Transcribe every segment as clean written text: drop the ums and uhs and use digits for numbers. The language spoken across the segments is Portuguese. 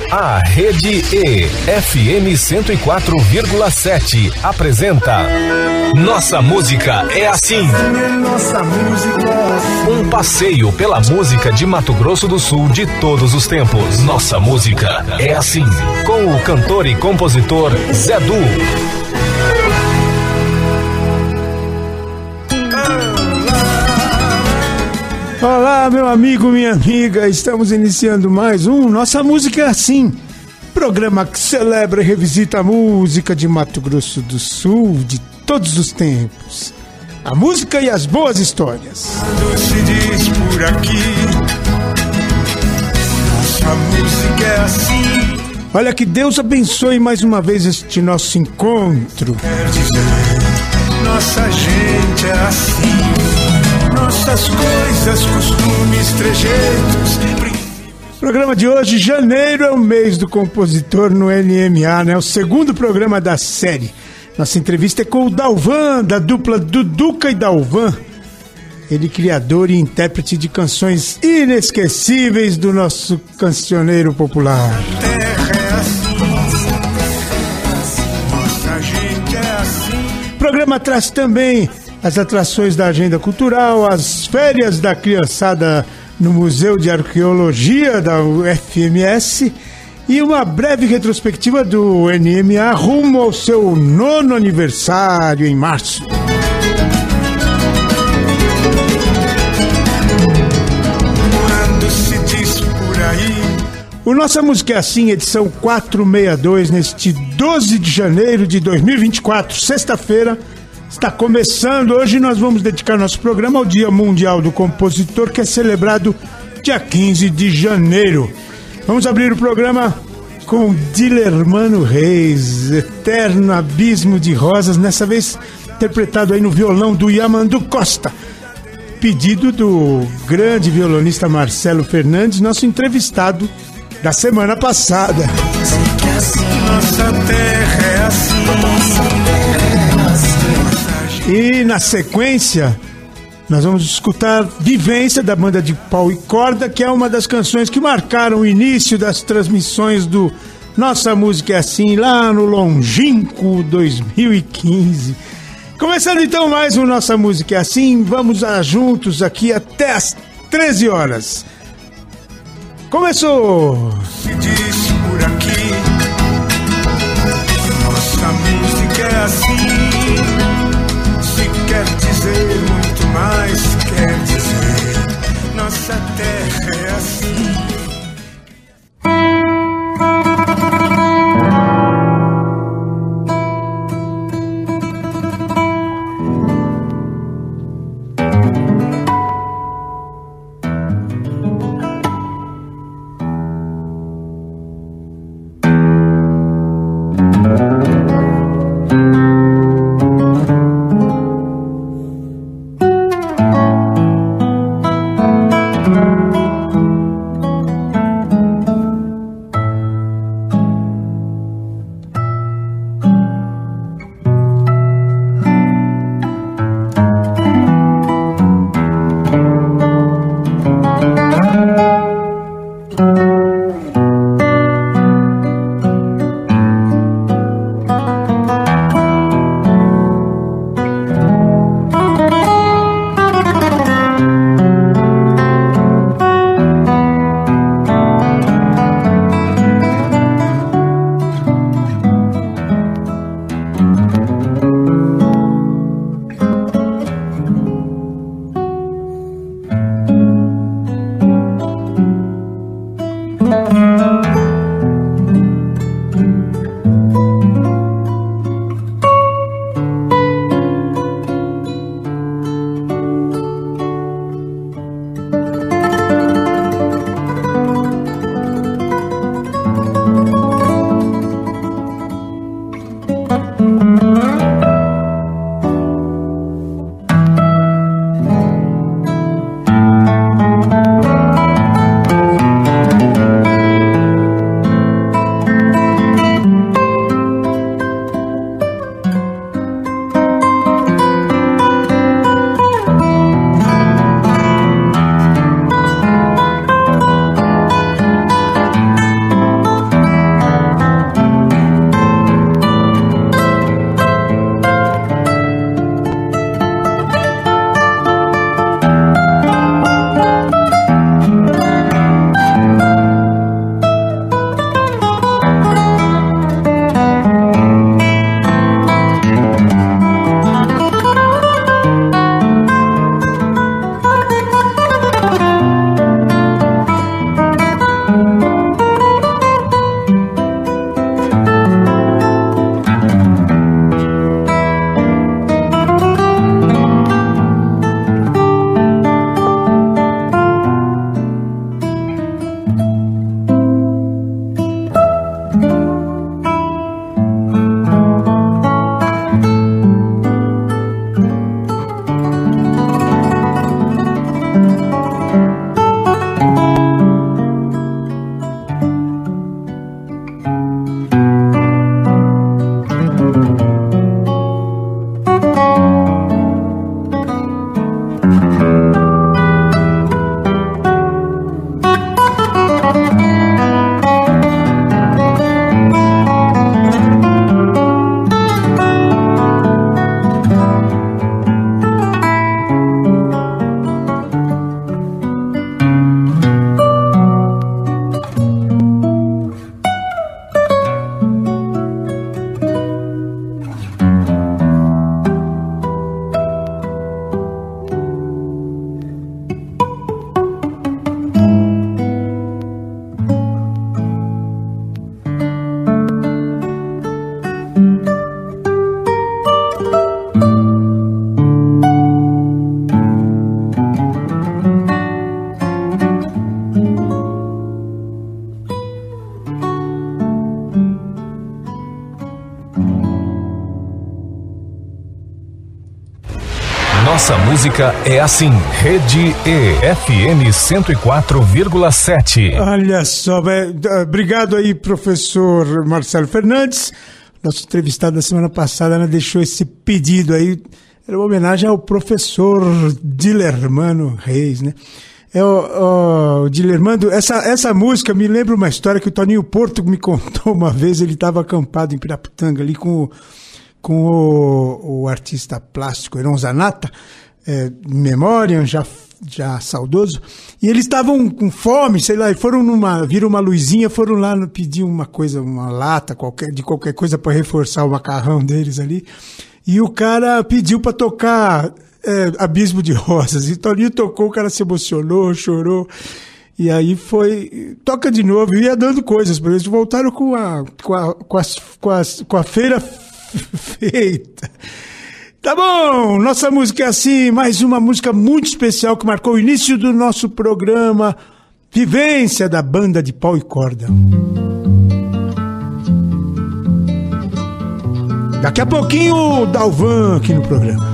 A Rede E, FM 104,7, apresenta Nossa Música é Assim. Nossa música é assim. Um passeio pela música de Mato Grosso do Sul de todos os tempos. Nossa Música é Assim. Com o cantor e compositor Zé Du. Olá, meu amigo, minha amiga, estamos iniciando mais um Nossa Música é Assim, programa que celebra e revisita a música de Mato Grosso do Sul de todos os tempos, a música e as boas histórias. Quando se diz por aqui, nossa música é assim. Olha, que Deus abençoe mais uma vez este nosso encontro. Quer dizer, nossa gente é assim. Nossas coisas, costumes, trejeitos. Programa de hoje, janeiro é o mês do compositor no NMA, né? O segundo programa da série. Nossa entrevista é com o Dalvan, da dupla Duduca e Dalvan. Ele, criador e intérprete de canções inesquecíveis do nosso cancioneiro popular. A terra é assim. Nossa gente é assim. O programa traz também as atrações da agenda cultural, as férias da criançada no Museu de Arqueologia da UFMS e uma breve retrospectiva do NMA rumo ao seu 9º aniversário em março. Quando se diz por aí, O Nossa Música é Assim, edição 462, neste 12 de janeiro de 2024, sexta-feira, está começando. Hoje nós vamos dedicar nosso programa ao Dia Mundial do Compositor, que é celebrado dia 15 de janeiro. Vamos abrir o programa com Dilermano Reis, Eterno Abismo de Rosas, nessa vez interpretado aí no violão do Yamandu Costa. Pedido do grande violonista Marcelo Fernandes, nosso entrevistado da semana passada. nossa terra é assim. E na sequência, nós vamos escutar Vivência, da banda de pau e corda, que é uma das canções que marcaram o início das transmissões do Nossa Música é Assim, lá no longínquo 2015. Começando então mais um Nossa Música é Assim, vamos juntos aqui até as 13 horas. Começou! Se diz por aqui, nossa música é assim. Se quer dizer muito mais, quer dizer, nossa terra é assim. Nossa música é assim. Rede EFM 104,7. Olha só, obrigado aí, professor Marcelo Fernandes. Nosso entrevistado da semana passada, né, deixou esse pedido aí. Era uma homenagem ao professor Dilermano Reis, né? O Dilermano, essa música me lembra uma história que o Toninho Porto me contou uma vez. Ele estava acampado em Piraputanga ali com o artista plástico Heron Zanata, memória, já saudoso, e eles estavam com fome, sei lá, e viram uma luzinha, foram lá pedir uma coisa, uma lata de qualquer coisa para reforçar o macarrão deles ali, e o cara pediu para tocar Abismo de Rosas, e Toninho tocou, o cara se emocionou, chorou, e aí toca de novo, e ia dando coisas para eles. Voltaram com a feira feita. Tá bom, nossa música é assim, mais uma música muito especial que marcou o início do nosso programa, Vivência, da banda de pau e corda. Daqui a pouquinho o Dalvan aqui no programa.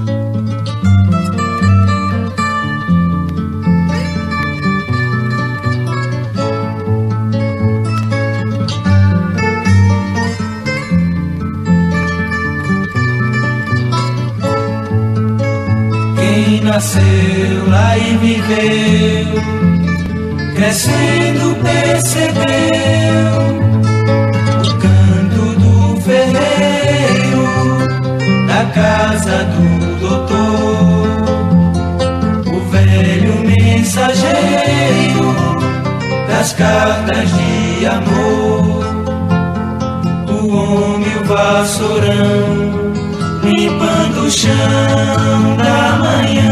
Quem nasceu lá e viveu, crescendo percebeu o canto do ferreiro, da casa do doutor, o velho mensageiro das cartas de amor, o homem e o vassourão limpando o chão da manhã,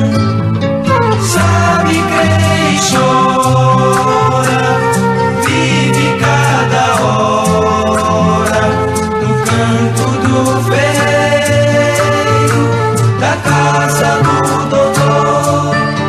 sabe, crê e chora, vive cada hora no canto do ferreiro, da casa do doutor.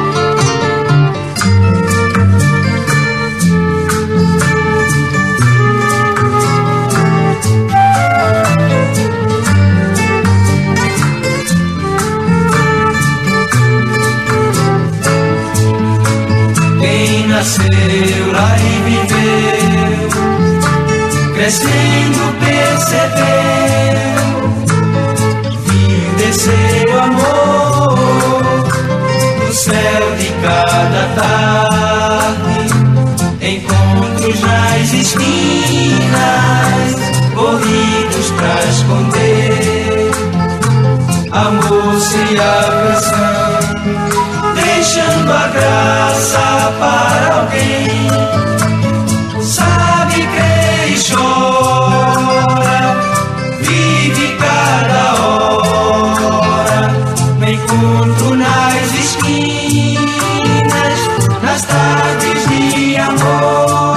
Nasceu lá e viveu, crescendo percebeu, viu descer o amor do céu de cada tarde, encontros nas esquinas, corridos pra esconder amor e a canção, deixando a graça para alguém, sabe, crê e chora, vive cada hora, me encontro nas esquinas, nas tardes de amor.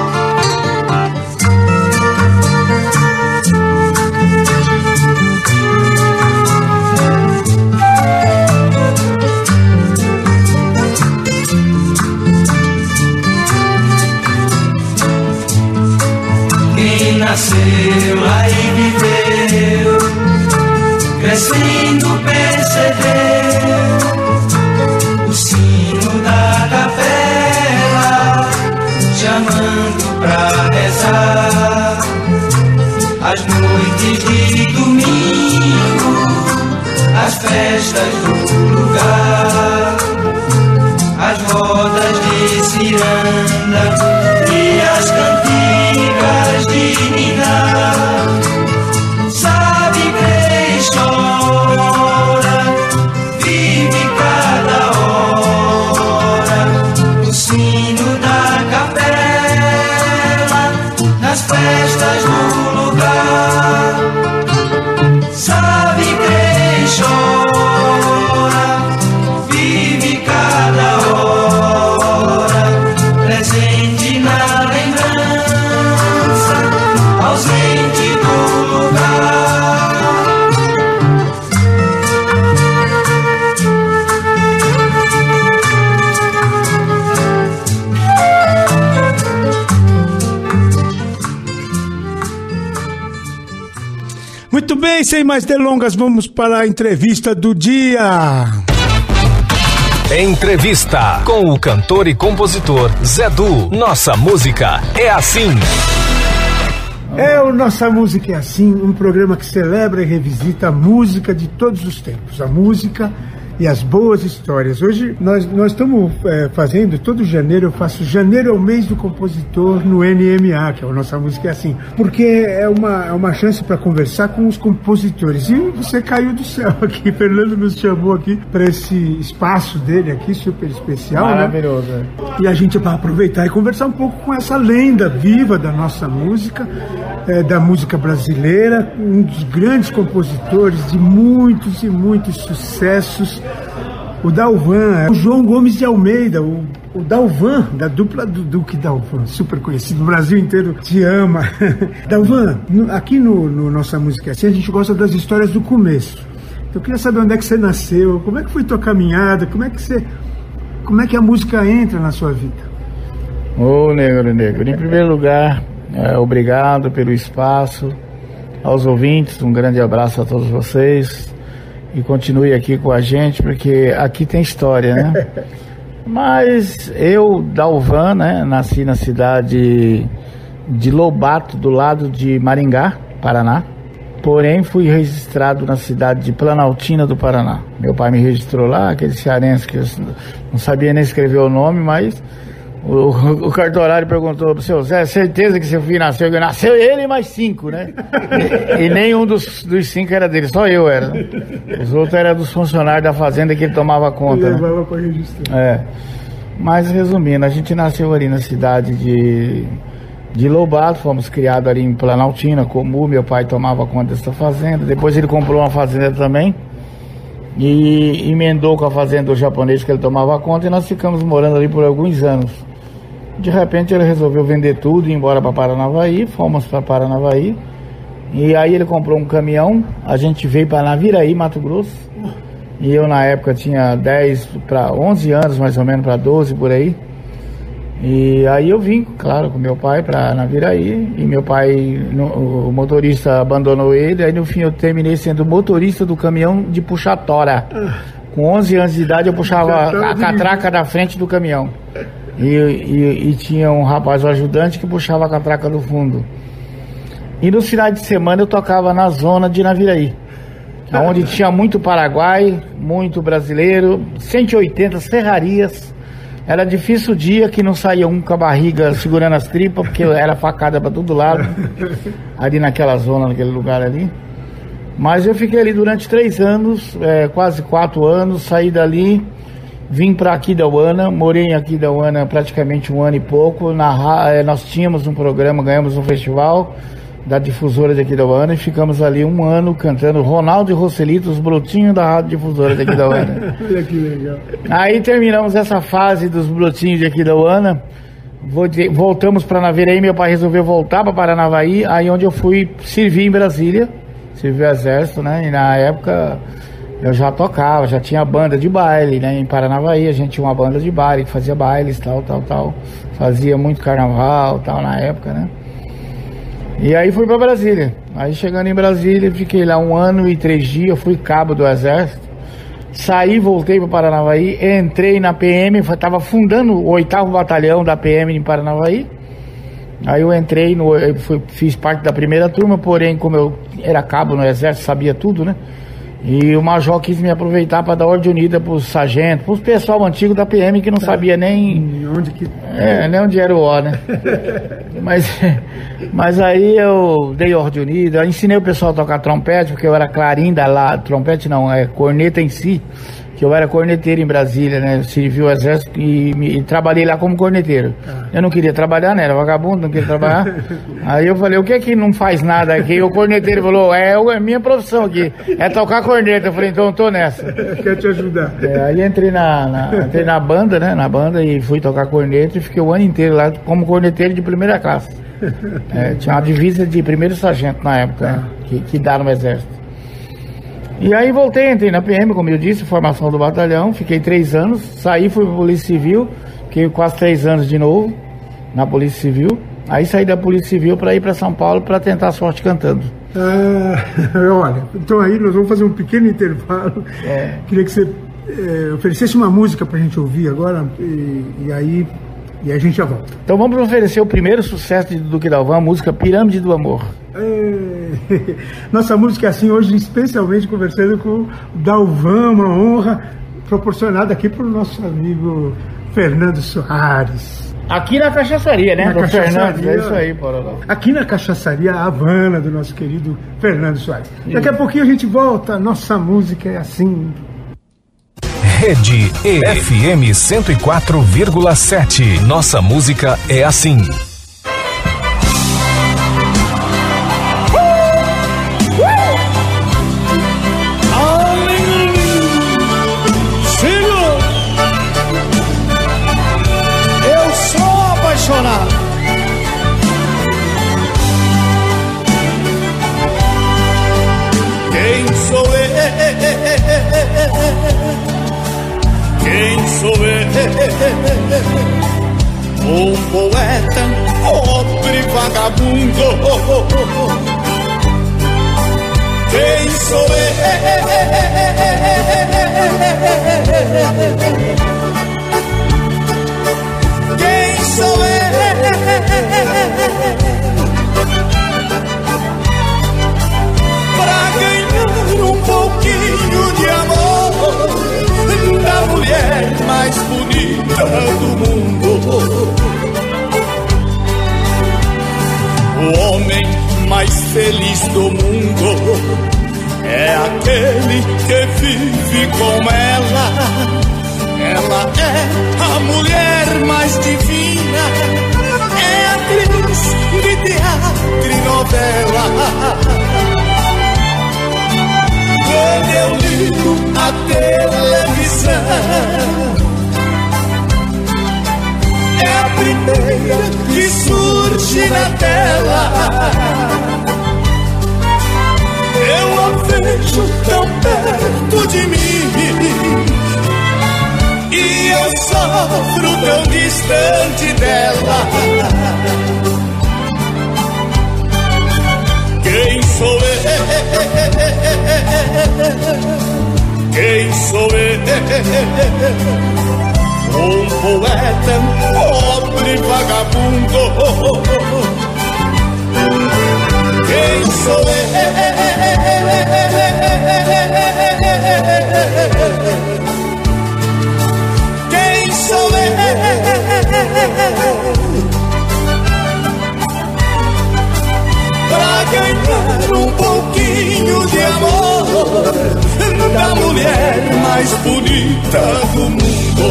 Nasceu lá e viveu, crescendo percebeu o sino da capela, chamando pra rezar, as noites de domingo, as festas do lugar, as rodas de ciranda e as cantigas de ninar, sabe, crê e chora, vive cada hora o sino da capela, nas festas do lugar, sabe, crê e chora, vive cada hora, presente na lembrança, ausente do lugar. Muito bem, sem mais delongas, vamos para a entrevista do dia. Entrevista com o cantor e compositor Zé Du. Nossa música é assim. Nossa Música é Assim, um programa que celebra e revisita a música de todos os tempos, a música e as boas histórias. Hoje nós estamos fazendo, todo janeiro eu faço janeiro é o mês do compositor no NMA, que é a Nossa Música é Assim, porque é uma chance para conversar com os compositores. E você caiu do céu aqui, Fernando nos chamou aqui para esse espaço dele aqui, super especial. Maravilhoso. Né? E a gente vai aproveitar e conversar um pouco com essa lenda viva da nossa música, da música brasileira, um dos grandes compositores de muitos e muitos sucessos, o Dalvan, o João Gomes de Almeida, o Dalvan, da dupla do Duque Dalvan, super conhecido, o Brasil inteiro te ama. Dalvan, aqui no Nossa Música Assim, a gente gosta das histórias do começo. Então eu queria saber onde é que você nasceu, como é que foi tua caminhada, como é que a música entra na sua vida? Negro, em primeiro lugar, obrigado pelo espaço, aos ouvintes, um grande abraço a todos vocês e continue aqui com a gente, porque aqui tem história, né? Mas eu, Dalvan, né, nasci na cidade de Lobato, do lado de Maringá, Paraná, porém fui registrado na cidade de Planaltina do Paraná. Meu pai me registrou lá, aquele cearense que eu não sabia nem escrever o nome, mas o cartorário perguntou pro seu Zé, certeza que seu filho nasceu? Nasceu ele e mais 5, né? E nenhum dos 5 era dele, só eu era. Né? Os outros eram dos funcionários da fazenda que ele tomava conta. Ele levava para registrar. Mas resumindo, a gente nasceu ali na cidade de Lobato, fomos criados ali em Planaltina, Comu, meu pai tomava conta dessa fazenda, depois ele comprou uma fazenda também, e emendou com a fazenda do japonês que ele tomava conta, e nós ficamos morando ali por alguns anos. De repente ele resolveu vender tudo e ir embora para Paranavaí, fomos para Paranavaí, e aí ele comprou um caminhão, a gente veio para Naviraí, Mato Grosso, e eu na época tinha 10 para 11 anos mais ou menos, para 12 por aí, e aí eu vim, claro, com meu pai para Naviraí, e meu pai, o motorista abandonou ele, aí no fim eu terminei sendo motorista do caminhão de puxar tora. Com 11 anos de idade eu puxava a catraca da frente do caminhão. E tinha um rapaz, um ajudante, que puxava a catraca do fundo. E nos finais de semana eu tocava na zona de Naviraí, onde tinha muito paraguai, muito brasileiro, 180 serrarias. Era difícil o dia que não saía um com a barriga segurando as tripas, porque era facada para todo lado, ali naquela zona, naquele lugar ali. Mas eu fiquei ali durante 3 anos, quase 4 anos, saí dali, vim para Aquidauana, morei em Aquidauana praticamente 1 ano e pouco. Nós tínhamos um programa, ganhamos um festival da difusora de Aquidauana e ficamos ali 1 ano cantando Ronaldo e Rocelito, os brotinhos da rádio difusora de Aquidauana. Olha que legal. Aí terminamos essa fase dos brotinhos de Aquidauana, voltamos para Naviraí, meu pai resolveu voltar para Paranavaí, aí onde eu fui servir em Brasília, servi o exército, né, e na época eu já tocava, já tinha banda de baile, né, em Paranavaí a gente tinha uma banda de baile que fazia bailes, tal, fazia muito carnaval, tal, na época, né. E aí fui pra Brasília. Aí chegando em Brasília, fiquei lá 1 ano e 3 dias, fui cabo do exército. Saí, voltei para Paranavaí, entrei na PM, estava fundando o 8º batalhão da PM em Paranavaí. Aí eu entrei, fiz parte da primeira turma, porém como eu era cabo no exército, sabia tudo, né? E o major quis me aproveitar para dar ordem unida para os sargentos, para o pessoal antigo da PM que não sabia nem nem onde era o O, né? Mas aí eu dei ordem unida, ensinei o pessoal a tocar trompete, porque eu era clarinda lá, trompete não, corneta em si, que eu era corneteiro em Brasília, né? Eu servi o exército e trabalhei lá como corneteiro. Eu não queria trabalhar, né? Era vagabundo, não queria trabalhar. Aí eu falei, o que é que não faz nada aqui? O corneteiro falou, é minha profissão aqui, é tocar corneta. Eu falei, então eu tô nessa. Quer te ajudar. Aí entrei na banda, né? Na banda e fui tocar corneta e fiquei o ano inteiro lá como corneteiro de primeira classe. Tinha uma divisa de primeiro sargento na época, né? Que dá no exército. E aí voltei, entrei na PM, como eu disse, formação do batalhão, fiquei 3 anos, saí, fui pra Polícia Civil, fiquei quase 3 anos de novo na Polícia Civil, aí saí da Polícia Civil para ir para São Paulo para tentar a sorte cantando. Olha, então aí nós vamos fazer um pequeno intervalo, queria que você oferecesse uma música pra gente ouvir agora e aí a gente já volta. Então vamos oferecer o primeiro sucesso de Duque Dalvan, a música Pirâmide do Amor. Nossa música é assim hoje, especialmente conversando com o Dalvan, uma honra proporcionada aqui pro nosso amigo Fernando Soares. Aqui na cachaçaria, né? Na cachaçaria, é isso aí, Paulo. Aqui na cachaçaria Havana, do nosso querido Fernando Soares. Daqui a pouquinho a gente volta, nossa música é assim. Rede EFM 104,7. Nossa música é assim. Eu sou apaixonado. Quem sou eu? Quem sou eu? Um poeta, pobre vagabundo. Quem sou eu? Quem sou eu? Pra ganhar um pouquinho de amor da mulher mais bonita do mundo. O homem mais feliz do mundo é aquele que vive com ela. Ela é a mulher mais divina, é atriz de teatro e novela. Quando eu ligo a televisão, é a primeira que surge na tela. Eu a vejo tão perto de mim e eu sofro tão distante dela. Quem sou eu? Quem sou eu? Um poeta, pobre vagabundo. Quem sou eu? Quem sou eu? Pra ganhar um pouquinho de amor da mulher mais bonita do mundo.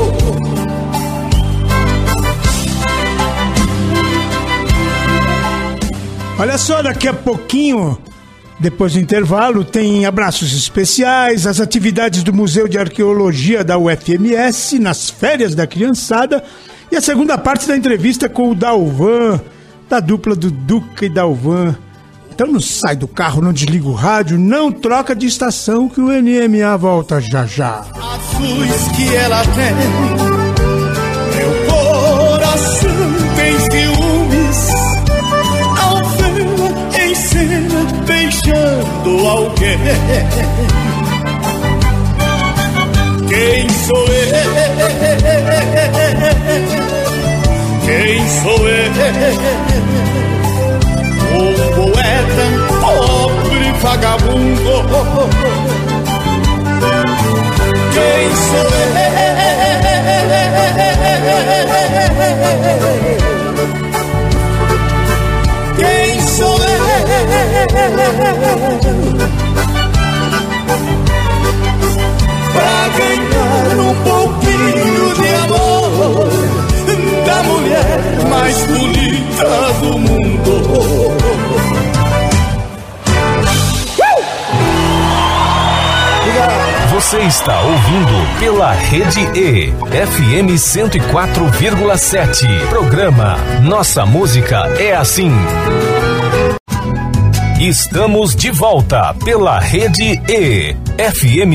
Olha só, daqui a pouquinho, depois do intervalo, tem abraços especiais, as atividades do Museu de Arqueologia da UFMS, nas férias da criançada, e a segunda parte da entrevista com o Dalvan, da dupla do Duque e Dalvan. Então não sai do carro, não desliga o rádio, não troca de estação que o NMA volta já já. Azuis que ela tem, meu coração tem ciúmes ao vê-la em cena beijando alguém. Quem sou eu? Quem sou eu? Um poeta, pobre vagabundo. Quem sou eu? Quem sou eu? Pra ganhar um pouquinho de amor da mulher mais bonita do mundo. Você está ouvindo pela Rede E, FM 104,7. Programa Nossa Música é Assim. Estamos de volta pela Rede E, FM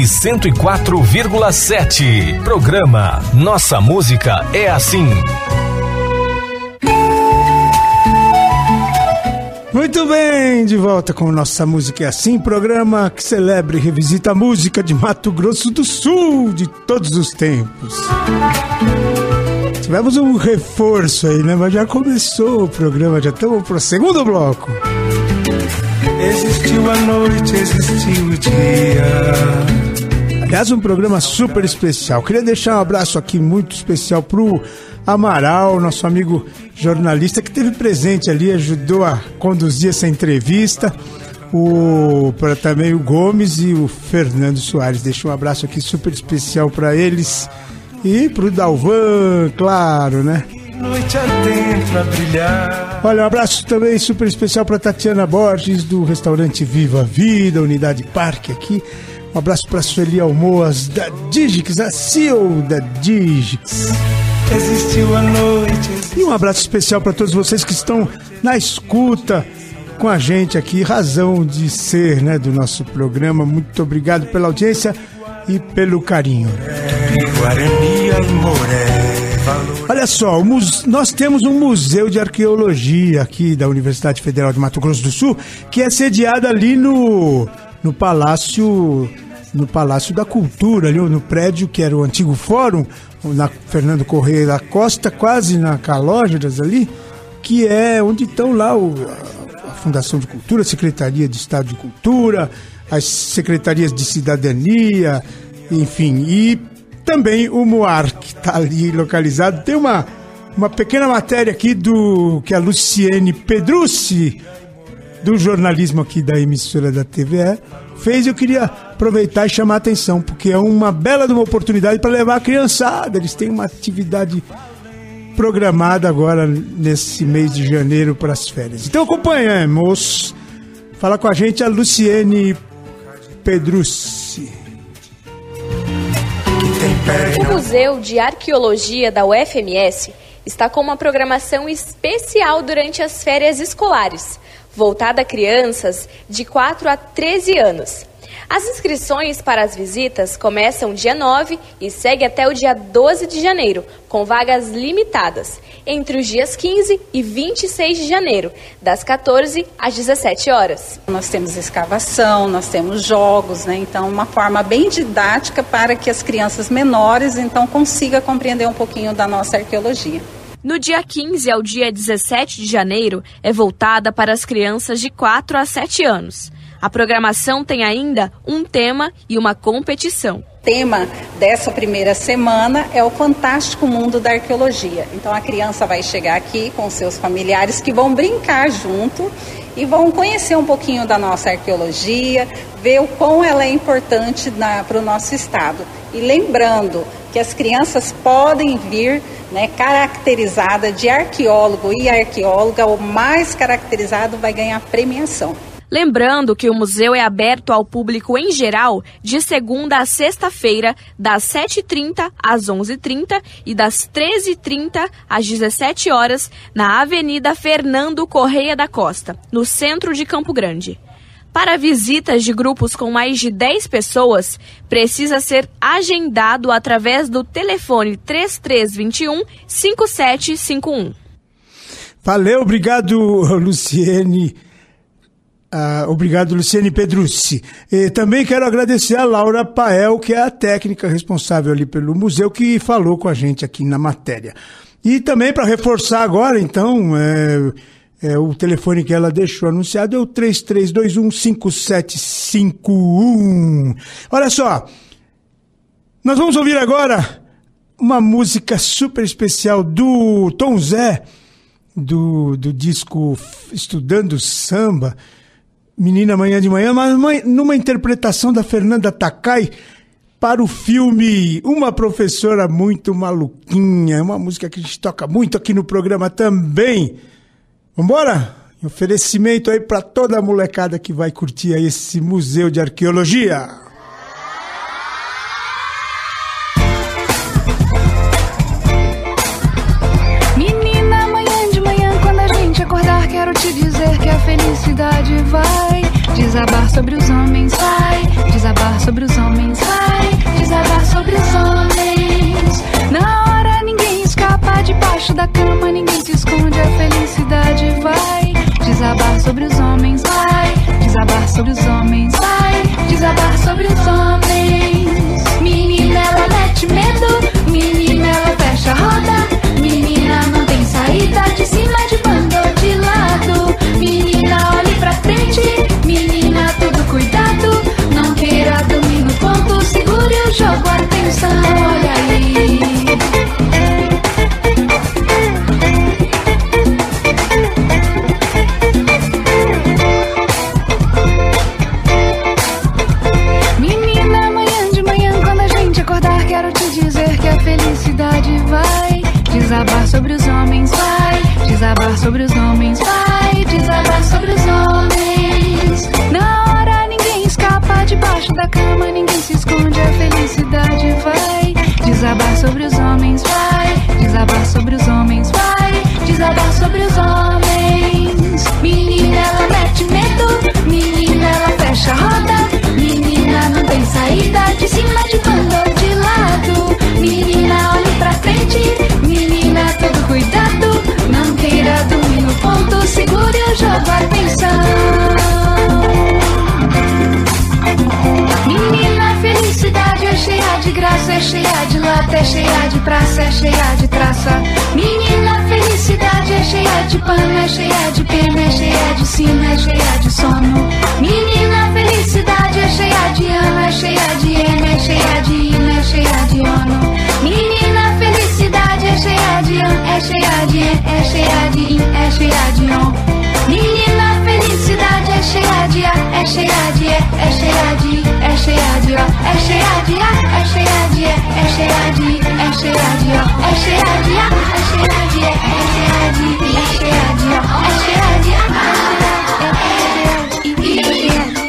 104,7. Programa Nossa Música é Assim. Muito bem, de volta com Nossa Música é Assim, programa que celebra e revisita a música de Mato Grosso do Sul de todos os tempos. Tivemos um reforço aí, né? Mas já começou o programa, já estamos pro segundo bloco. Existiu a noite, existiu o dia. Aliás, um programa super especial. Queria deixar um abraço aqui muito especial pro Amaral, nosso amigo jornalista que esteve presente ali, ajudou a conduzir essa entrevista. Também o Gomes e o Fernando Soares. Deixa um abraço aqui super especial para eles. E pro Dalvan, claro, né? Noite adentro a brilhar. Olha, um abraço também super especial para Tatiana Borges, do restaurante Viva Vida, Unidade Parque aqui. Um abraço para Sueli Almoas, da Digix, a CEO da Digix. Existiu a noite. E um abraço especial para todos vocês que estão na escuta com a gente aqui, razão de ser, né, do nosso programa. Muito obrigado pela audiência e pelo carinho. Olha só, nós temos um museu de arqueologia aqui da Universidade Federal de Mato Grosso do Sul, que é sediado ali no Palácio da Cultura, ali no prédio que era o antigo Fórum, na Fernando Correia da Costa, quase na Calógeras ali, que é onde estão lá a Fundação de Cultura, a Secretaria de Estado de Cultura, as Secretarias de Cidadania, enfim, e também o MOAR, que está ali localizado. Tem uma pequena matéria aqui que a Luciene Pedrucci, do jornalismo aqui da emissora da TVE, fez. Eu queria aproveitar e chamar a atenção, porque é uma bela de uma oportunidade para levar a criançada. Eles têm uma atividade programada agora nesse mês de janeiro para as férias. Então acompanhamos. Fala com a gente a Luciene Pedrucci. O Museu de Arqueologia da UFMS está com uma programação especial durante as férias escolares, voltada a crianças de 4 a 13 anos. As inscrições para as visitas começam dia 9 e seguem até o dia 12 de janeiro, com vagas limitadas, entre os dias 15 e 26 de janeiro, das 14 às 17 horas. Nós temos escavação, nós temos jogos, né? Então uma forma bem didática para que as crianças menores então consigam compreender um pouquinho da nossa arqueologia. No dia 15 ao dia 17 de janeiro é voltada para as crianças de 4 a 7 anos. A programação tem ainda um tema e uma competição. O tema dessa primeira semana é o Fantástico Mundo da Arqueologia. Então a criança vai chegar aqui com seus familiares que vão brincar junto e vão conhecer um pouquinho da nossa arqueologia, ver o quão ela é importante para o nosso estado. E lembrando que as crianças podem vir, né, caracterizada de arqueólogo e arqueóloga, o mais caracterizado vai ganhar premiação. Lembrando que o museu é aberto ao público em geral de segunda a sexta-feira, das 7h30 às 11h30 e das 13h30 às 17 horas, na Avenida Fernando Correia da Costa, no centro de Campo Grande. Para visitas de grupos com mais de 10 pessoas, precisa ser agendado através do telefone 3321-5751. Valeu, obrigado, Luciene. Obrigado, Luciene Pedrucci. E também quero agradecer a Laura Pael, que é a técnica responsável ali pelo museu, que falou com a gente aqui na matéria. E também para reforçar agora, então, o telefone que ela deixou anunciado é o 3321-5751. Olha só, nós vamos ouvir agora uma música super especial do Tom Zé, do disco Estudando Samba, Menina Amanhã de Manhã, mas numa interpretação da Fernanda Takai para o filme Uma Professora Muito Maluquinha, uma música que a gente toca muito aqui no programa também. Vambora? Oferecimento aí para toda a molecada que vai curtir aí esse Museu de Arqueologia. Menina, amanhã de manhã, quando a gente acordar, quero te dizer que a felicidade vai desabar sobre os homens, vai desabar sobre os homens, vai desabar sobre os homens. Na hora ninguém escapa debaixo da cama, ninguém se esconde, a felicidade vai desabar desabar sobre os homens, vai desabar sobre os homens, vai desabar sobre os homens. Menina, ela mete medo, menina, ela fecha a roda, menina, não tem saída, de cima, de bando ou de lado. Menina, olhe pra frente, menina, todo cuidado, não queira dormir no ponto, segure o jogo, atenção, olha aí. Menina, amanhã de manhã, quando a gente acordar, quero te dizer que a felicidade vai desabar sobre os homens, vai desabar sobre os homens, vai desabar sobre os homens. Na hora ninguém escapa debaixo da cama, ninguém se esconde, a felicidade vai desabar sobre os homens, vai desabar sobre os homens, vai desabar sobre os homens. Menina, ela mete medo, menina, ela fecha a roda, menina, não tem saída, de cima, de bando ou de lado. Menina, olhe pra frente, menina, todo cuidado, não queira dormir no ponto, segure o jogo, atenção. Menina, felicidade é cheia de graça, é cheia de lata, é cheia de praça, é cheia de traça. Menina, felicidade é cheia de pano, é cheia de pena, é cheia de sino, é cheia de sono. Menina, felicidade é cheia de ano, é cheia de eno, é cheia de hino, é cheia de ono. Menina, felicidade é cheia de ano, é cheia de en, é cheia de in, é cheia de on. Menina, felicidade é cheia de a, é cheia de e, é cheia de i, é cheia de o, é cheia de a, é cheia de e, é cheia de i, é cheia de o, é cheia de a, é cheia de e, é cheia de i, é cheia de o, é cheia de a, é cheia de i, é cheia de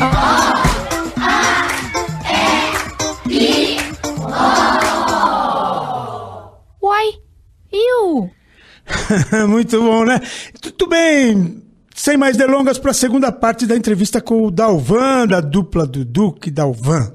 o. Uai, eu? Muito bom, né? Tudo bem. Sem mais delongas, para a segunda parte da entrevista com o Dalvan, da dupla do Duque Dalvan.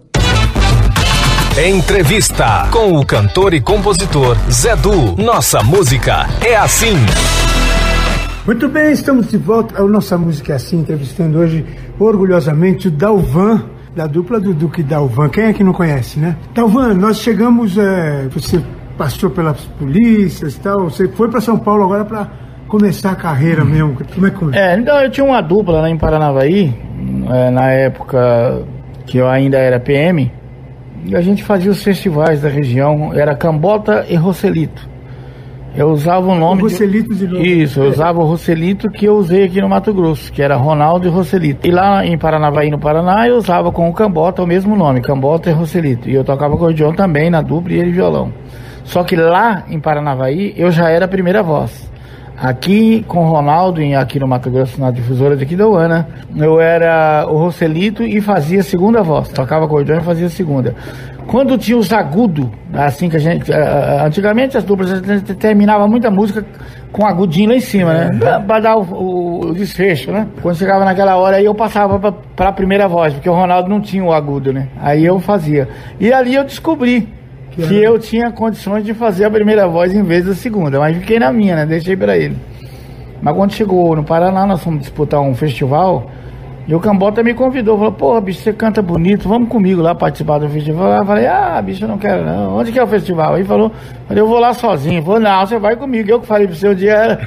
Entrevista com o cantor e compositor Zé Du. Nossa música é assim. Muito bem, estamos de volta ao Nossa Música é Assim, entrevistando hoje orgulhosamente o Dalvan, da dupla do Duque Dalvan. Quem é que não conhece, né? Dalvan, nós chegamos, você passou pelas polícias e tal, você foi para São Paulo agora para começar a carreira mesmo. Como é que começou? Então eu tinha uma dupla lá em Paranavaí, na época que eu ainda era PM, e a gente fazia os festivais da região, era Cambota e Rocelito. Eu usava o nome Rocelito de novo. Isso, eu usava o Rocelito que eu usei aqui no Mato Grosso, que era Ronaldo e Rocelito. E lá em Paranavaí, no Paraná, eu usava com o Cambota o mesmo nome, Cambota e Rocelito. E eu tocava acordeon também na dupla e ele violão. Só que lá em Paranavaí eu já era a primeira voz. Aqui com o Ronaldo, aqui no Mato Grosso, na difusora de Aquidauana, eu era o Rocelito e fazia a segunda voz. Tocava acordeon e fazia a segunda. Quando tinha os agudos, assim que a gente... Antigamente as duplas terminava muita música com agudinho lá em cima, né? Pra dar o desfecho, né? Quando chegava naquela hora, aí eu passava pra primeira voz, porque o Ronaldo não tinha o agudo, né? Aí eu fazia. E ali eu descobri que eu tinha condições de fazer a primeira voz em vez da segunda, mas fiquei na minha, né? Deixei pra ele. Mas quando chegou no Paraná, nós fomos disputar um festival e o Cambota me convidou, falou, porra, bicho, você canta bonito, vamos comigo lá participar do festival. Eu falei, bicho, eu não quero não. Onde que é o festival? Aí falou, eu vou lá sozinho. Ele falou, não, você vai comigo. Eu que falei pro seu dia era.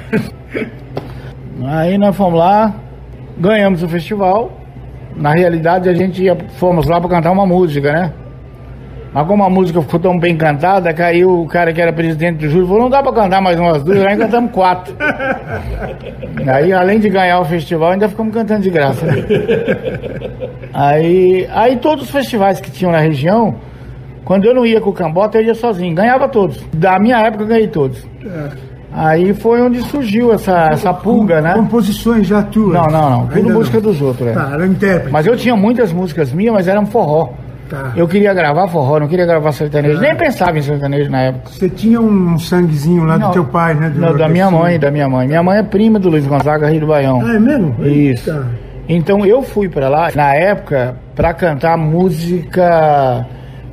Aí nós fomos lá, ganhamos o festival. Na realidade, fomos lá pra cantar uma música, né? Mas como a música ficou tão bem cantada, caiu o cara que era presidente do júri, falou, não dá pra cantar mais umas duas, aí cantamos 4. Aí, além de ganhar o festival, ainda ficamos cantando de graça. Né? Aí todos os festivais que tinham na região, quando eu não ia com o Cambota, eu ia sozinho, ganhava todos. Da minha época, eu ganhei todos. Aí foi onde surgiu essa pulga, né? Composições já tuas? Não, tudo música dos outros. Tá, era intérprete. Mas eu tinha muitas músicas minhas, mas eram forró. Tá. Eu queria gravar forró, não queria gravar sertanejo, nem pensava em sertanejo na época. Você tinha um sanguezinho lá do teu pai, né? Da minha mãe. Minha mãe é prima do Luiz Gonzaga, Rio do Baião. Ah, é mesmo? Isso. Então eu fui pra lá, na época, pra cantar música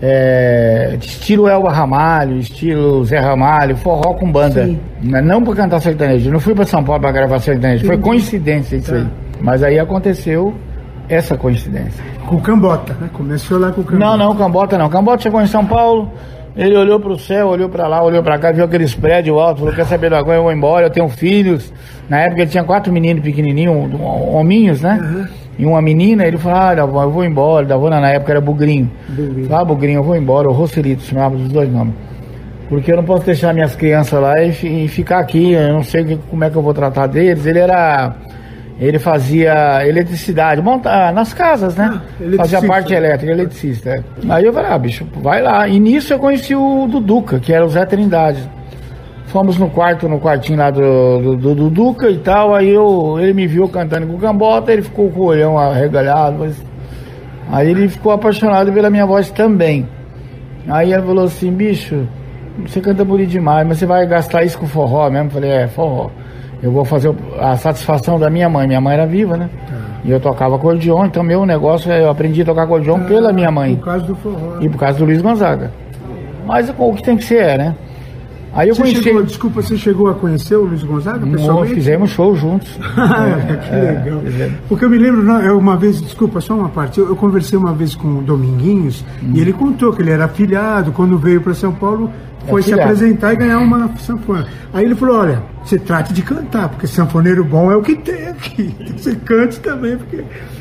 estilo Elba Ramalho, estilo Zé Ramalho, forró com banda. Sim. Não pra cantar sertanejo, eu não fui pra São Paulo pra gravar sertanejo, foi coincidência isso aí. Mas aí aconteceu essa coincidência. Com o Cambota, né? Começou lá com o Cambota. Não, Cambota não. Cambota chegou em São Paulo, ele olhou pro céu, olhou pra lá, olhou pra cá, viu aqueles prédios altos, falou, quer saber de agora, eu vou embora, eu tenho filhos. Na época ele tinha 4 meninos pequenininhos, hominhos, né? Uhum. E uma menina, ele falou, eu vou embora. Davona na época era Bugrinho. Falei, Bugrinho, eu vou embora. O Rocelito, chamava dos 2 nomes. Porque eu não posso deixar minhas crianças lá e ficar aqui. Eu não sei como é que eu vou tratar deles. Ele fazia eletricidade, nas casas, né? Fazia parte elétrica, eletricista. Aí eu falei, bicho, vai lá. E nisso eu conheci o Duduca, que era o Zé Trindade. Fomos no quartinho lá do Duca e tal, aí ele me viu cantando com o Cambota, ele ficou com o olhão arregalhado, aí ele ficou apaixonado pela minha voz também. Aí ele falou assim, bicho, você canta bonito demais, mas você vai gastar isso com forró mesmo? Eu falei, forró. Eu vou fazer a satisfação da minha mãe era viva, né? E eu tocava acordeon, então meu negócio, eu aprendi a tocar acordeon pela minha mãe. Por causa do forró. E por causa do Luiz Gonzaga. Mas o que tem que ser, né? Aí eu conheci... Você chegou a conhecer o Luiz Gonzaga pessoalmente? Nós fizemos show juntos. Que legal. Porque eu me lembro, uma vez, desculpa, só uma parte, eu conversei uma vez com o Dominguinhos e ele contou que ele era afilhado, quando veio para São Paulo, foi se apresentar e ganhar uma sanfona. Aí ele falou, olha, você trate de cantar, porque sanfoneiro bom é o que tem aqui. Você cante também, porque...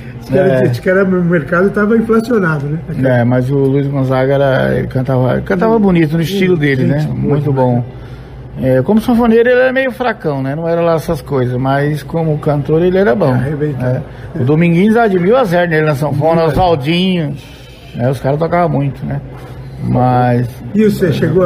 o mercado estava inflacionado, né? Mas o Luiz Gonzaga ele cantava bonito no estilo dele, né? Muito bom. Como sanfoneiro ele era meio fracão, né? Não era lá essas coisas, mas como cantor ele era bom. O Dominguinhos admira a Zé nele na sanfona, o Oswaldinho. Os caras tocavam muito, né? Mas... E você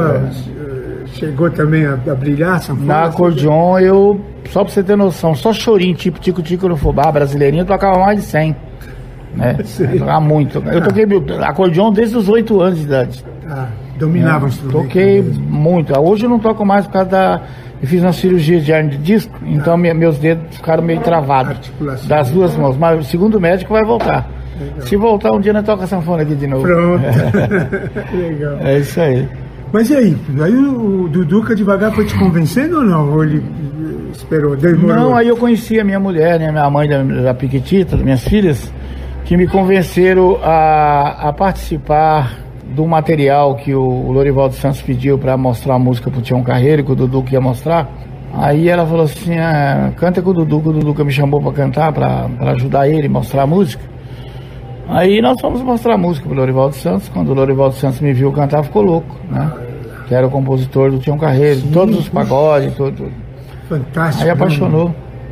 chegou também a brilhar sanfona? Na acordeon só pra você ter noção, só chorinho, tipo Tico-Tico no Fubá, brasileirinho, eu tocava mais de 100. Né? Eu tocava muito. Eu toquei acordeon desde os 8 anos de idade. Dominava o instrumento. Toquei muito. Hoje eu não toco mais por causa eu fiz uma cirurgia de hernia de disco, então meus dedos ficaram meio travados. Das 2 mãos. Mas segundo o médico vai voltar. Legal. Se voltar um dia, nós toca a sanfona aqui de novo. Pronto. Legal. É isso aí. Mas e aí? Aí o Duduca devagar foi te convencendo ou não? Ou ele esperou, demorou? Não, aí eu conheci a minha mulher, né, minha mãe da Piquitita, das minhas filhas, que me convenceram a participar do material que o Lorivaldo Santos pediu para mostrar a música pro Tião Carreiro, que o Duduca ia mostrar. Aí ela falou assim, canta com o Duduca me chamou para cantar, para ajudar ele a mostrar a música. Aí nós fomos mostrar a música pro Lorivaldo Santos. Quando o Lorivaldo Santos me viu cantar, ficou louco, né? Que era o compositor do Tião Carreiro, todos os pagodes, tudo. Fantástico. Aí apaixonou.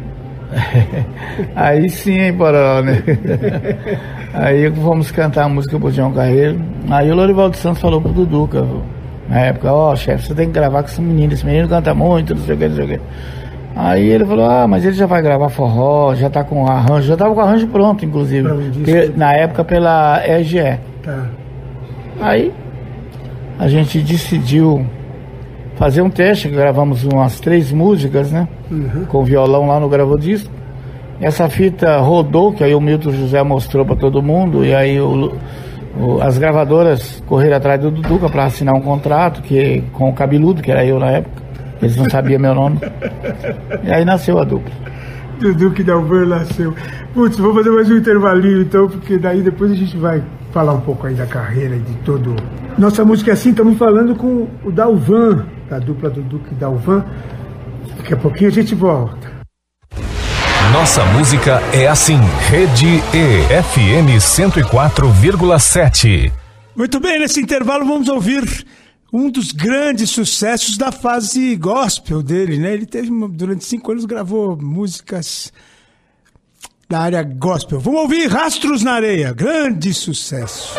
Aí sim, hein, Poró, né? Aí fomos cantar a música pro Tião Carreiro. Aí o Lorivaldo Santos falou pro Duduca, na época, chefe, você tem que gravar com esse menino canta muito, não sei o que. Aí ele falou, mas ele já vai gravar forró, já tá com arranjo, já tava com arranjo pronto, inclusive, na época pela EGE. Tá. Aí a gente decidiu fazer um teste, gravamos umas 3 músicas, né? Com violão lá no Gravodisco. Essa fita rodou, que aí o Milton José mostrou pra todo mundo, e aí as gravadoras correram atrás do Duduca pra assinar um contrato com o Cabeludo, que era eu na época. Eles não sabiam meu nome. E aí nasceu a dupla. Duduca e Dalvan nasceu. Putz, vou fazer mais um intervalinho então, porque daí depois a gente vai falar um pouco aí da carreira e de todo... Nossa música é assim, estamos falando com o Dalvan, da dupla Duduca e Dalvan. Daqui a pouquinho a gente volta. Nossa música é assim. Rede E, FM 104,7. Muito bem, nesse intervalo vamos ouvir um dos grandes sucessos da fase gospel dele, né? Ele teve, durante 5 anos, gravou músicas da área gospel. Vamos ouvir Rastros na Areia, grande sucesso.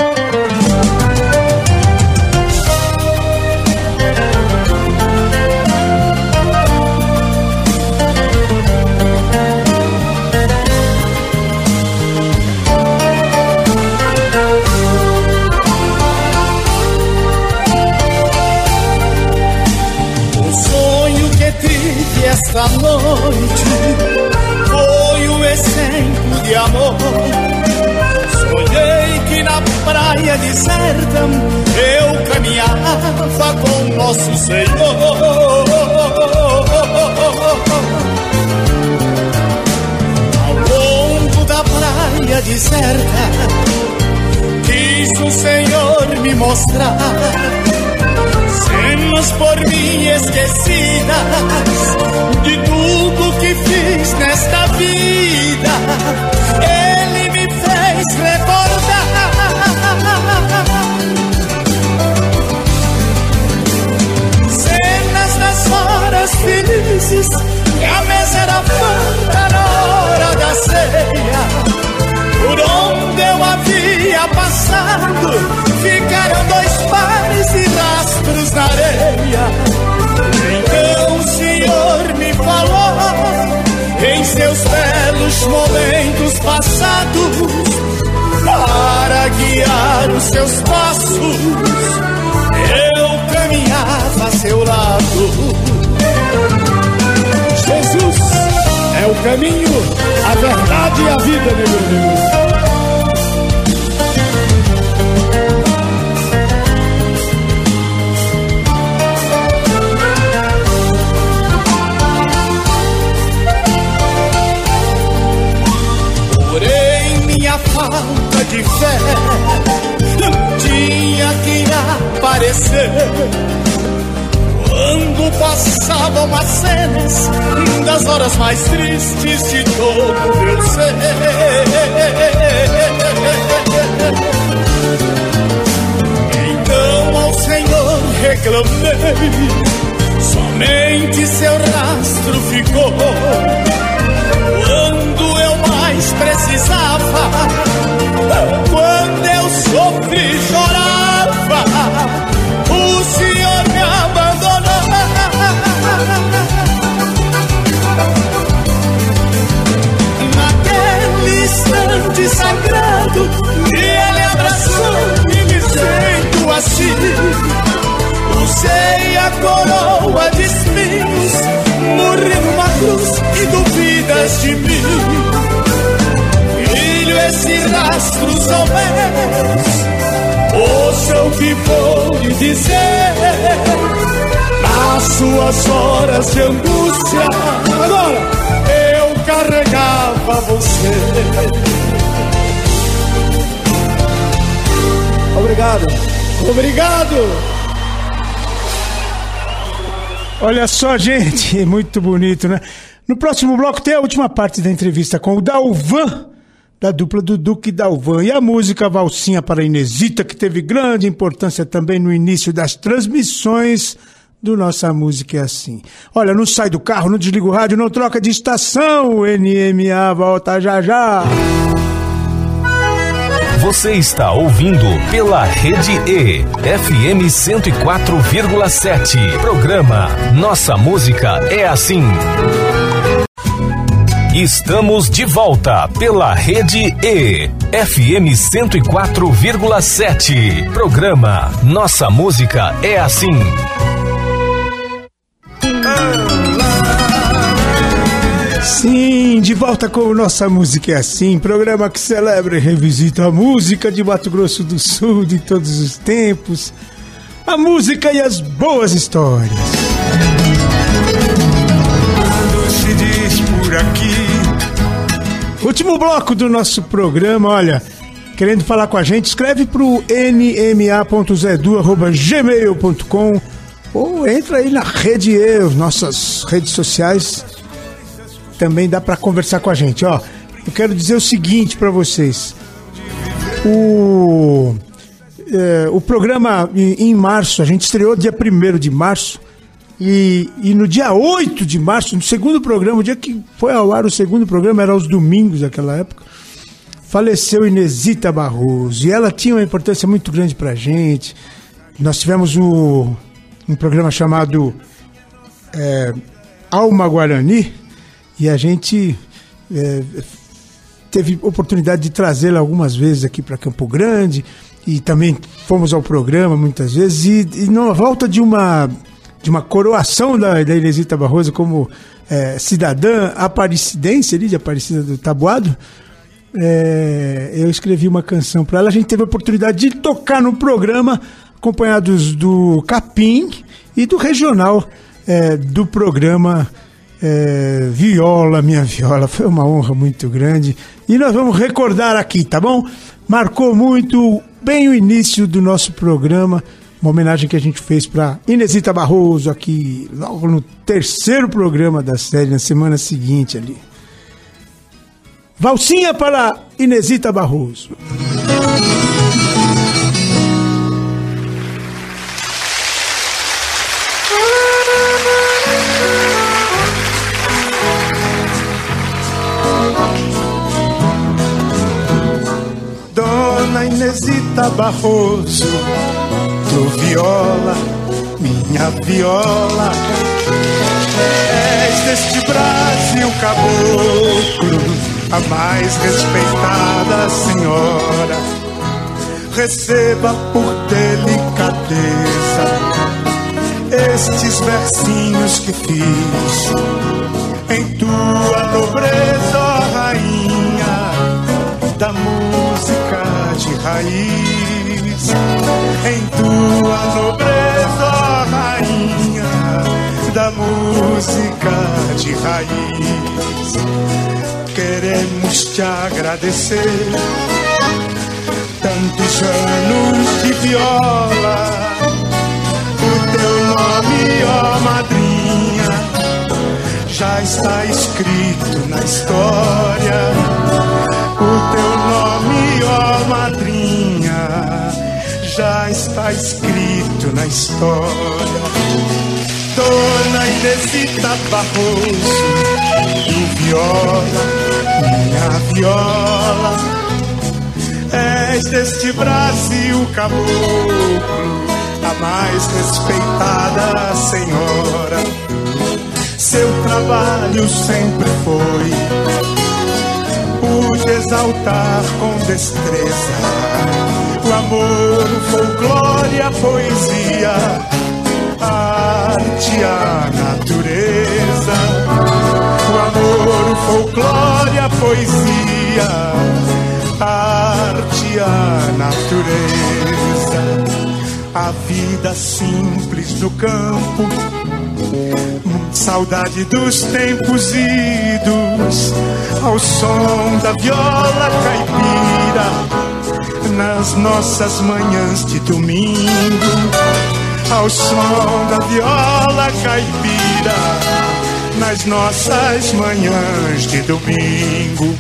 Esta noite foi um exemplo de amor. Sonhei que na praia praia deserta eu caminhava com nosso Senhor. Ao longo da praia deserta quis o Senhor me mostrar cenas por mim esquecidas de tudo que fiz nesta vida. Ele me fez recordar cenas das horas felizes que a mesa era farta na hora da ceia. Por onde eu havia passado ficaram 2 pares de rastros na areia. Então o Senhor me falou em seus belos momentos passados, para guiar os seus passos eu caminhava a seu lado. Jesus é o caminho, a verdade e a vida, meu Deus. Falta de fé tinha que aparecer quando passavam as cenas das horas mais tristes de todo meu ser. Então ao Senhor reclamei, somente seu rastro ficou. Quando eu mais precisava, quando eu sofri e chorava, o Senhor me abandonou. Naquele instante sagrado, Ele abraçou e me sento assim. Usei a coroa de espinhos, morri numa cruz e duvidas de mim. Filho, esses rastros são meus, ouça o que vou lhe dizer. Nas suas horas de angústia, agora eu carregava você. Obrigado, obrigado. Olha só, gente, muito bonito, né? No próximo bloco tem a última parte da entrevista com o Dalvan, da dupla do Duque Dalvan, e a música Valsinha para Inesita, que teve grande importância também no início das transmissões do Nossa Música é Assim. Olha, não sai do carro, não desliga o rádio, não troca de estação, o NMA volta já já. Você está ouvindo pela Rede E, FM 104,7. Programa Nossa Música é Assim. Estamos de volta pela Rede E, FM 104,7. Programa Nossa Música é Assim. Sim, de volta com Nossa Música é Assim, programa que celebra e revisita a música de Mato Grosso do Sul de todos os tempos, a música e as boas histórias. Quando se diz por aqui. Último bloco do nosso programa, olha, querendo falar com a gente, escreve pro nma.zedu@gmail.com ou entra aí na Rede E, as nossas redes sociais. Também dá para conversar com a gente, ó. Eu quero dizer o seguinte para vocês. O programa em março, a gente estreou dia 1º de março e no dia 8 de março, no segundo programa, o dia que foi ao ar o segundo programa, era aos domingos daquela época, faleceu Inesita Barroso, e ela tinha uma importância muito grande pra gente. Nós tivemos um programa chamado Alma Guarani, e a gente teve oportunidade de trazê-la algumas vezes aqui para Campo Grande, e também fomos ao programa muitas vezes, e na volta de uma coroação da Inesita Barroso como cidadã aparicidense ali, de Aparecida do Taboado, eu escrevi uma canção para ela. A gente teve a oportunidade de tocar no programa, acompanhados do Capim e do regional do programa Viola, Minha Viola. Foi uma honra muito grande. E nós vamos recordar aqui, tá bom? Marcou muito bem o início do nosso programa. Uma homenagem que a gente fez para Inesita Barroso aqui, logo no terceiro programa da série, na semana seguinte ali. Valsinha para Inesita Barroso. Dona Inesita Barroso, tu viola, minha viola, és deste Brasil caboclo, a mais respeitada senhora. Receba por delicadeza estes versinhos que fiz em tua nobreza, ó rainha da música de raiz. Em tua nobreza, ó rainha da música de raiz. Queremos te agradecer tantos anos de viola. O teu nome, ó madrinha, já está escrito na história. O teu nome, ó madrinha, já está escrito na história. Dona Inesita Barroso, tu viola, minha viola, és deste Brasil caboclo, a mais respeitada senhora. Seu trabalho sempre foi o de exaltar com destreza o amor, o folclore, a poesia, a arte, a natureza. O amor, o folclore, a poesia, a arte, a natureza. A vida simples do campo, saudade dos tempos idos, ao som da viola caipira, nas nossas manhãs de domingo. Ao som da viola caipira, nas nossas manhãs de domingo.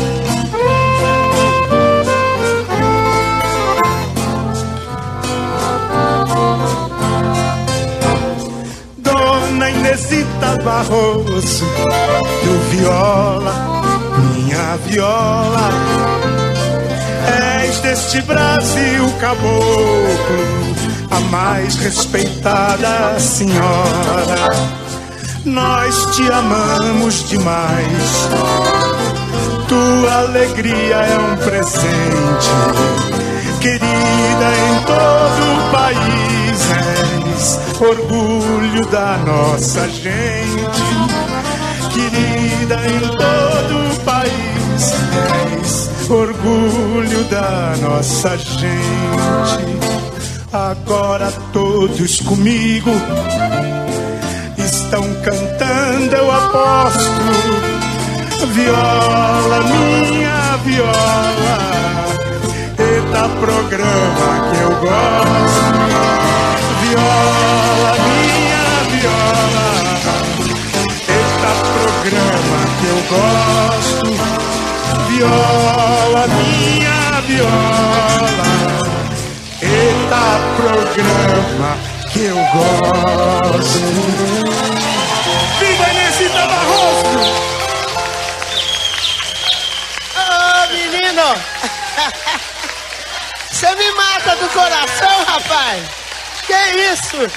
Dona Inesita Barroso, tu viola, minha viola, és deste Brasil caboclo, a mais respeitada senhora. Nós te amamos demais, tua alegria é um presente, querida em todo o país, és orgulho da nossa gente. Querida em todo o país, és orgulho da nossa gente. Agora todos comigo estão cantando, eu aposto. Viola, minha viola, eita programa que eu gosto. Viola, minha viola, eita programa que eu gosto. Viola, minha viola, eita programa que eu gosto. Viva Inesita Barroso! Ô, menino! Você me mata do coração, rapaz! Que isso?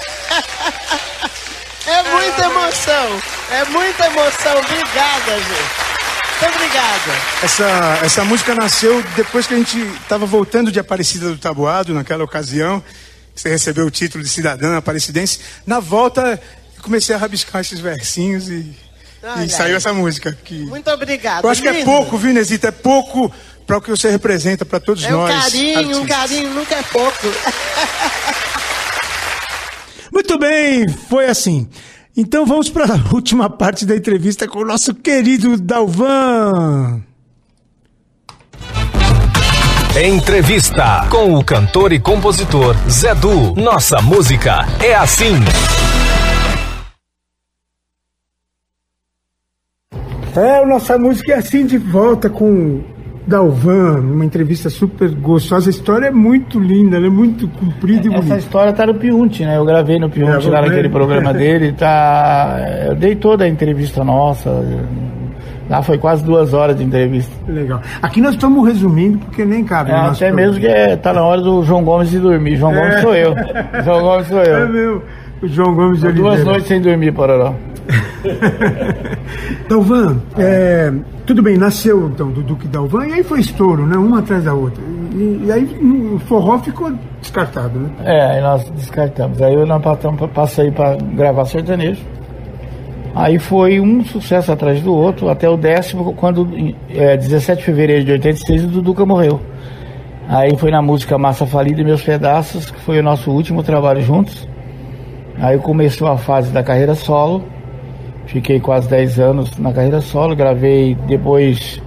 É muita emoção! É muita emoção! Obrigada, gente! Muito obrigada! Essa música nasceu depois que a gente estava voltando de Aparecida do Taboado, naquela ocasião. Você recebeu o título de cidadã aparecidense. Na volta, eu comecei a rabiscar esses versinhos e saiu essa música. Que... Muito obrigado. Eu acho que é pouco, viu, Inesita? É pouco para o que você representa para todos nós. Um carinho nunca é pouco. Muito bem, foi assim. Então vamos para a última parte da entrevista com o nosso querido Dalvan. Entrevista com o cantor e compositor Zé Du. Nossa música é assim. Nossa música é assim, de volta com Dalvan, uma entrevista super gostosa. A história é muito linda, ela é muito comprida e bonita. Essa história tá no Piunte, né? Eu gravei no Piunte, lá naquele programa dele. Eu dei toda a entrevista nossa. Lá foi quase 2 horas de entrevista. Legal. Aqui nós estamos resumindo, porque nem cabe. Até mesmo que tá na hora do João Gomes de dormir. João Gomes sou eu. João Gomes sou eu. É meu. O João Gomes de Oliveira. 2 noites sem dormir, Pororó. Dalvan, tudo bem, nasceu então do Duque Dalvan e aí foi estouro, né? Uma atrás da outra. E aí o forró ficou descartado, né? Aí nós descartamos. Aí nós passei para gravar sertanejo. Aí foi um sucesso atrás do outro, até o 10º, quando 17 de fevereiro de 86 o Duduca morreu. Aí foi na música Massa Falida e Meus Pedaços, que foi o nosso último trabalho juntos. Aí começou a fase da carreira solo. Fiquei quase 10 anos na carreira solo, gravei depois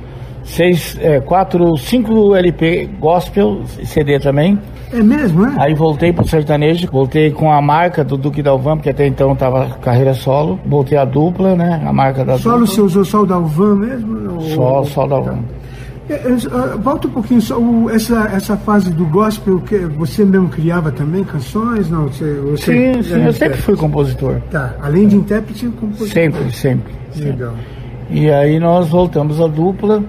5 LP gospel, CD também. É mesmo, é? Aí voltei pro sertanejo, voltei com a marca do Duque Dalvan, porque até então tava carreira solo. Voltei a dupla, né? A marca da solo, dupla. Você usou só o Dalvan mesmo? Só o Dalvan. Volta um pouquinho, essa fase do gospel, que você mesmo criava também canções? Não, sim, eu sempre fui compositor. Tá, além de intérprete, compositor. Sempre. Legal. E aí nós voltamos à dupla,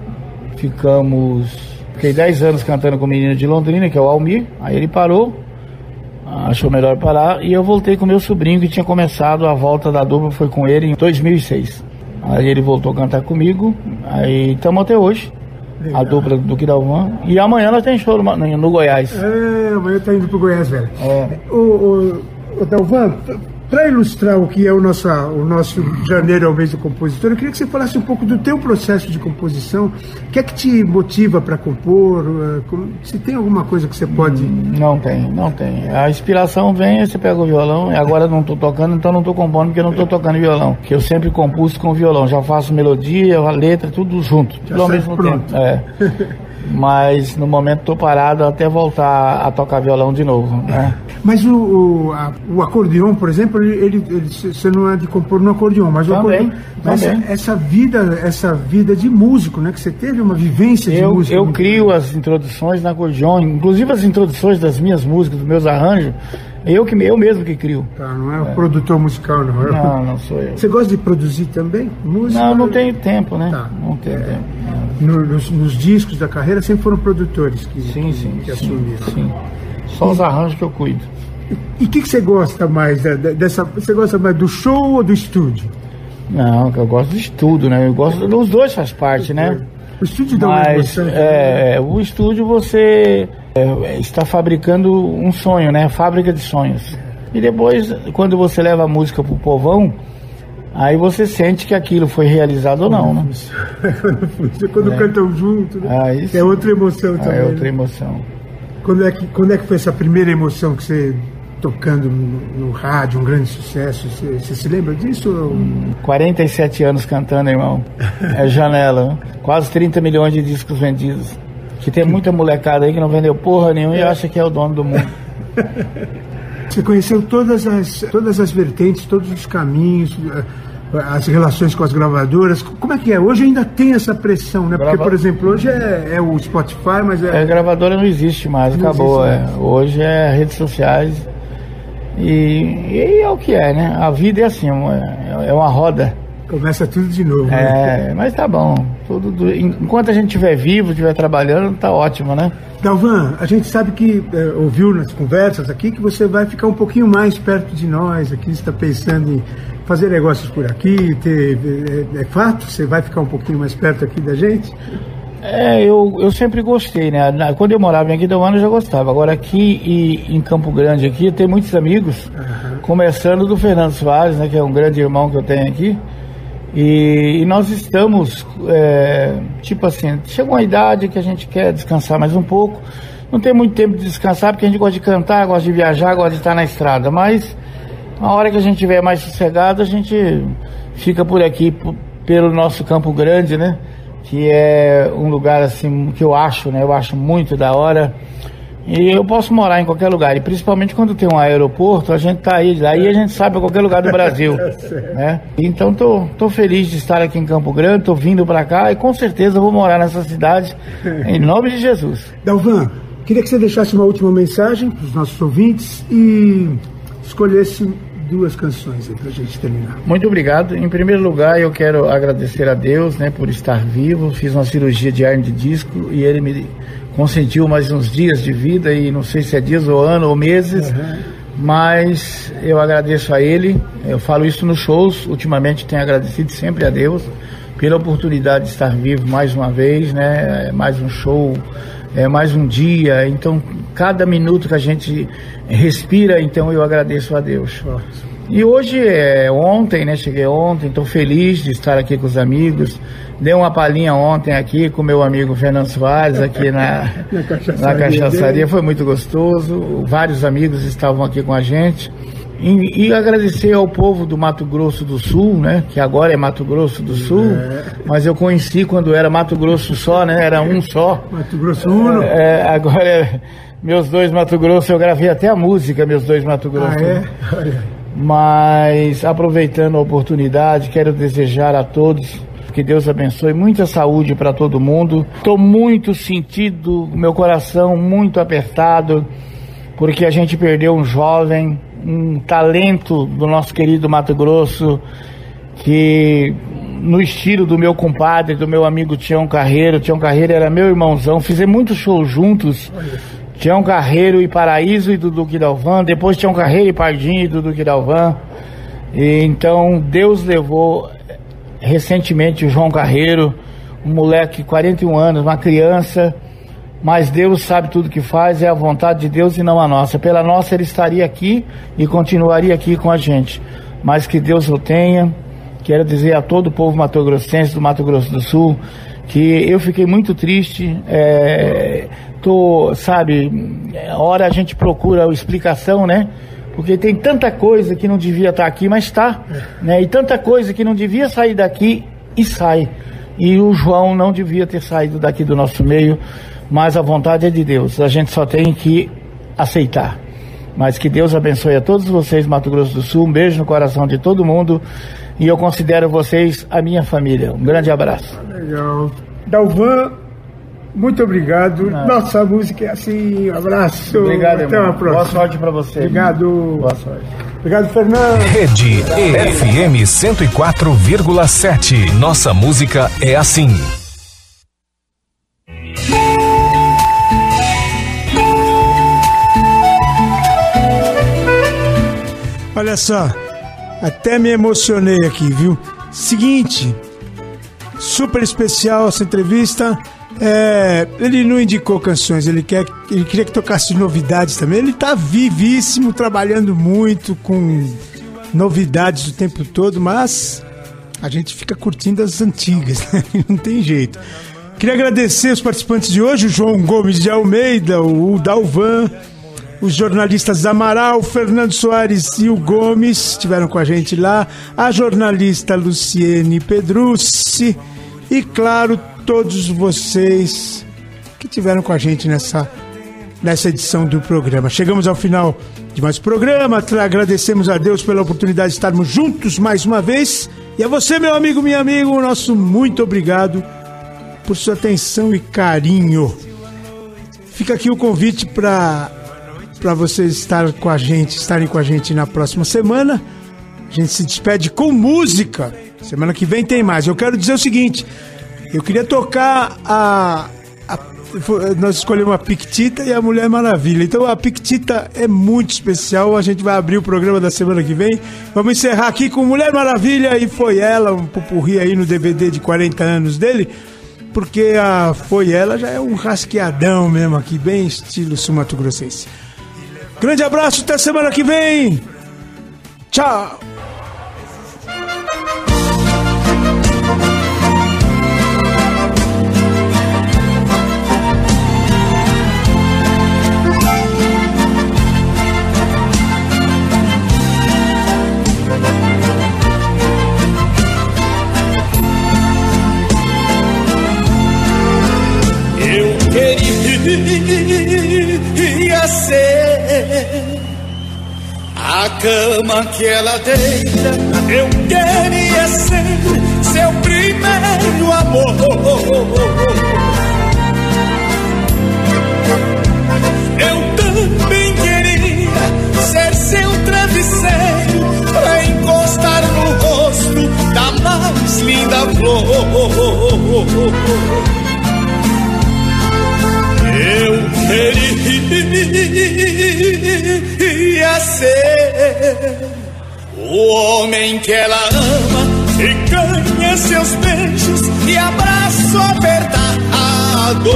fiquei 10 anos cantando com o menino de Londrina, que é o Almir. Aí ele parou, achou melhor parar, e eu voltei com meu sobrinho, que tinha começado a volta da dupla, foi com ele em 2006. Aí ele voltou a cantar comigo, aí estamos até hoje. Legal. A dupla do Duque Dalvan. E amanhã nós temos show no Goiás. Amanhã tá indo pro Goiás, velho. O Dalvan, para ilustrar o que é o nosso janeiro ao mês do compositor, eu queria que você falasse um pouco do teu processo de composição. O que é que te motiva para compor? Se tem alguma coisa que você pode... Não tem. A inspiração vem, você pega o violão, e agora não estou tocando, então não estou compondo porque eu não estou tocando violão. Que eu sempre compus com violão, já faço melodia, a letra, tudo junto, tudo ao mesmo tempo. Mas no momento estou parado até voltar a tocar violão de novo, né? Mas o acordeon, por exemplo, você não é de compor no acordeon, mas também, essa vida de músico, né? Que você teve uma vivência de música. Eu crio as introduções no acordeon, inclusive as introduções das minhas músicas, dos meus arranjos, eu mesmo que crio. Tá, não é o produtor musical, não. Não sou eu. Você gosta de produzir também música? Não tenho tempo, né? Tá. Não tenho tempo. Nos discos da carreira sempre foram produtores que assumiram. Sim. Só os arranjos que eu cuido. E o que você gosta mais dessa? Você gosta mais do show ou do estúdio? Não, eu gosto do estúdio, né? Eu gosto dos dois, faz parte, né? O estúdio dá uma emoção. O estúdio você está fabricando um sonho, né? Fábrica de sonhos. E depois, quando você leva a música pro povão, aí você sente que aquilo foi realizado ou não, né? Quando cantam junto, né? É outra emoção também. É outra emoção. Quando é que foi essa primeira emoção que você, tocando no rádio, um grande sucesso, você se lembra disso? 47 anos cantando, irmão. É janela, né? Quase 30 milhões de discos vendidos. Que tem muita molecada aí que não vendeu porra nenhuma e acha que é o dono do mundo. Você conheceu todas as vertentes, todos os caminhos, as relações com as gravadoras. Como é que é? Hoje ainda tem essa pressão, né? Porque, por exemplo, hoje é o Spotify, mas a gravadora não existe mais, acabou. Hoje é redes sociais e é o que é, né? A vida é assim, é uma roda. Começa tudo de novo. Né? Mas tá bom. Enquanto a gente estiver vivo, estiver trabalhando, tá ótimo, né? Dalvan, a gente sabe que ouviu nas conversas aqui que você vai ficar um pouquinho mais perto de nós aqui, você está pensando em fazer negócios por aqui, é fato? Você vai ficar um pouquinho mais perto aqui da gente? Eu sempre gostei, né? Quando eu morava em Aquidauana eu já gostava. Agora aqui em Campo Grande aqui, eu tenho muitos amigos, começando do Fernando Soares, né? Que é um grande irmão que eu tenho aqui. E nós estamos, tipo assim, chega uma idade que a gente quer descansar mais um pouco. Não tem muito tempo de descansar, porque a gente gosta de cantar, gosta de viajar, gosta de estar na estrada. Mas, a hora que a gente estiver mais sossegado, a gente fica por aqui, pelo nosso Campo Grande, né? Que é um lugar, assim, que eu acho, né? Eu acho muito da hora. E eu posso morar em qualquer lugar, e principalmente quando tem um aeroporto, a gente tá aí a gente sabe a qualquer lugar do Brasil, né? Então tô feliz de estar aqui em Campo Grande, tô vindo para cá e com certeza vou morar nessa cidade, em nome de Jesus. Dalvan, queria que você deixasse uma última mensagem para os nossos ouvintes e escolhesse 2 canções aí pra gente terminar. Muito obrigado. Em primeiro lugar, eu quero agradecer a Deus, né, por estar vivo. Fiz uma cirurgia de hernia de disco e ele me consentiu mais uns dias de vida, e não sei se é dias ou ano ou meses, mas eu agradeço a ele. Eu falo isso nos shows, ultimamente tenho agradecido sempre a Deus pela oportunidade de estar vivo mais uma vez, né, mais um show, mais um dia. Então cada minuto que a gente respira, então eu agradeço a Deus. E hoje ontem, né, cheguei ontem, estou feliz de estar aqui com os amigos. Dei uma palhinha ontem aqui com meu amigo Fernando Soares, aqui na cachaçaria, foi muito gostoso. Vários amigos estavam aqui com a gente. E agradecer ao povo do Mato Grosso do Sul, né, que agora é Mato Grosso do Sul, mas eu conheci quando era Mato Grosso só, né, era um só. Mato Grosso Uno. Agora, meus 2 Mato Grosso, eu gravei até a música, meus 2 Mato Grosso. Mas, aproveitando a oportunidade, quero desejar a todos que Deus abençoe, muita saúde para todo mundo. Estou muito sentido, meu coração muito apertado, porque a gente perdeu um jovem, um talento do nosso querido Mato Grosso, que no estilo do meu compadre, do meu amigo Tião Carreiro. Tião Carreiro era meu irmãozão, fizemos muitos shows juntos. Tião Carreiro e Paraíso e Dudu Quidalvan, depois Tião Carreiro e Pardinho e Dudu Quidalvan. E então Deus levou recentemente o João Carreiro, um moleque de 41 anos, uma criança, mas Deus sabe tudo que faz, é a vontade de Deus e não a nossa. Pela nossa ele estaria aqui e continuaria aqui com a gente, mas que Deus o tenha. Quero dizer a todo o povo matogrossense do Mato Grosso do Sul que eu fiquei muito triste. Hora a gente procura a explicação, né? Porque tem tanta coisa que não devia estar aqui, mas está, né? E tanta coisa que não devia sair daqui e sai. E o João não devia ter saído daqui do nosso meio, mas a vontade é de Deus. A gente só tem que aceitar. Mas que Deus abençoe a todos vocês, Mato Grosso do Sul. Um beijo no coração de todo mundo. E eu considero vocês a minha família. Um grande abraço. Legal. Dalvan, muito obrigado. Nossa música é assim. Um abraço. Obrigado, até irmão. uma próxima. Boa sorte pra você. Obrigado. Boa sorte. Obrigado, Fernando. Rede EFM 104,7. Nossa música é assim. Olha só, até me emocionei aqui, viu? Seguinte, super especial essa entrevista. Ele não indicou canções, ele queria que tocasse novidades também. Ele tá vivíssimo, trabalhando muito com novidades o tempo todo, mas a gente fica curtindo as antigas, né? Não tem jeito. Queria agradecer os participantes de hoje, o João Gomes de Almeida, o Dalvan, os jornalistas Amaral, Fernando Soares e o Gomes estiveram com a gente lá, a jornalista Luciene Pedrucci e, claro, todos vocês que estiveram com a gente nessa edição do programa. Chegamos ao final de mais um programa, agradecemos a Deus pela oportunidade de estarmos juntos mais uma vez, e a você, meu amigo, minha amiga, o nosso muito obrigado por sua atenção e carinho. Fica aqui o convite para vocês estarem com a gente na próxima semana. A gente se despede com música. Semana que vem tem mais. Eu quero dizer o seguinte: eu queria tocar nós escolhemos a Piquitita e a Mulher Maravilha. Então a Piquitita é muito especial. A gente vai abrir o programa da semana que vem. Vamos encerrar aqui com Mulher Maravilha e Foi Ela, um pupurri aí no DVD de 40 anos dele, porque a Foi Ela já é um rasqueadão mesmo aqui, bem estilo sul-mato-grossense. Grande abraço, até semana que vem. Tchau. queria ser a cama que ela deita, eu queria ser seu primeiro amor. Eu também queria ser seu travesseiro pra encostar no rosto da mais linda flor. Eu queria ser o homem que ela ama e ganha seus beijos e abraço apertado.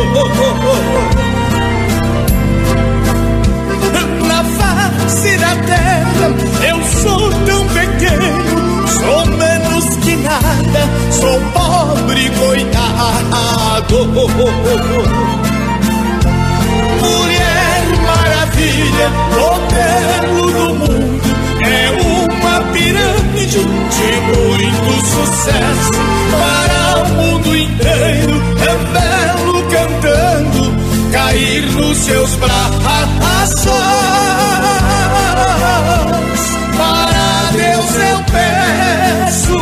Na face da terra eu sou tão pequeno, sou menos que nada, sou pobre coitado. Mulher maravilha, modelo do mundo, é uma pirâmide de muito sucesso para o mundo inteiro. É belo cantando, cair nos seus braços. Para Deus eu peço.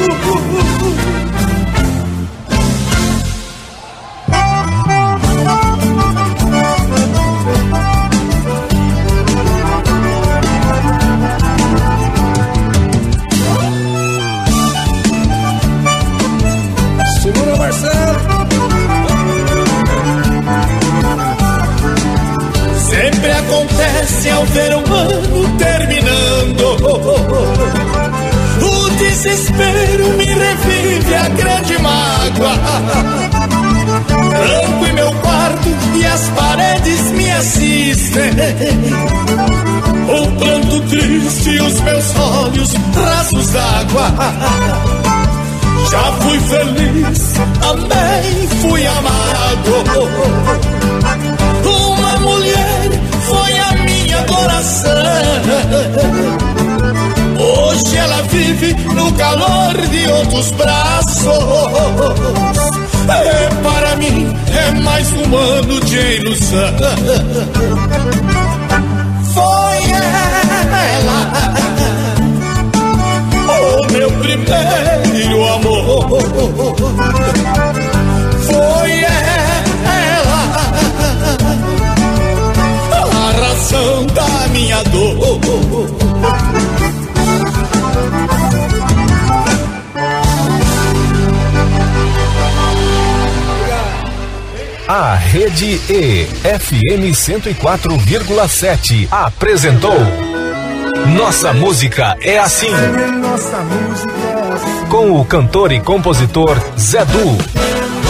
Segura, Marcelo. Sempre acontece ao ver um ano terminando, o desespero me revive a grande mágoa. Tranco em meu quarto e as paredes me assistem, um pranto triste e os meus olhos rasos d'água. Já fui feliz, amei, fui amado. Uma mulher foi a minha adoração. Hoje ela vive no calor de outros braços. Para mim é mais um ano de ilusão. Foi ela, o meu primeiro amor. Foi ela, a razão da minha dor. A Rede E, FM 104,7, apresentou Nossa Música é Assim. Nossa música é assim. Com o cantor e compositor Zé Du.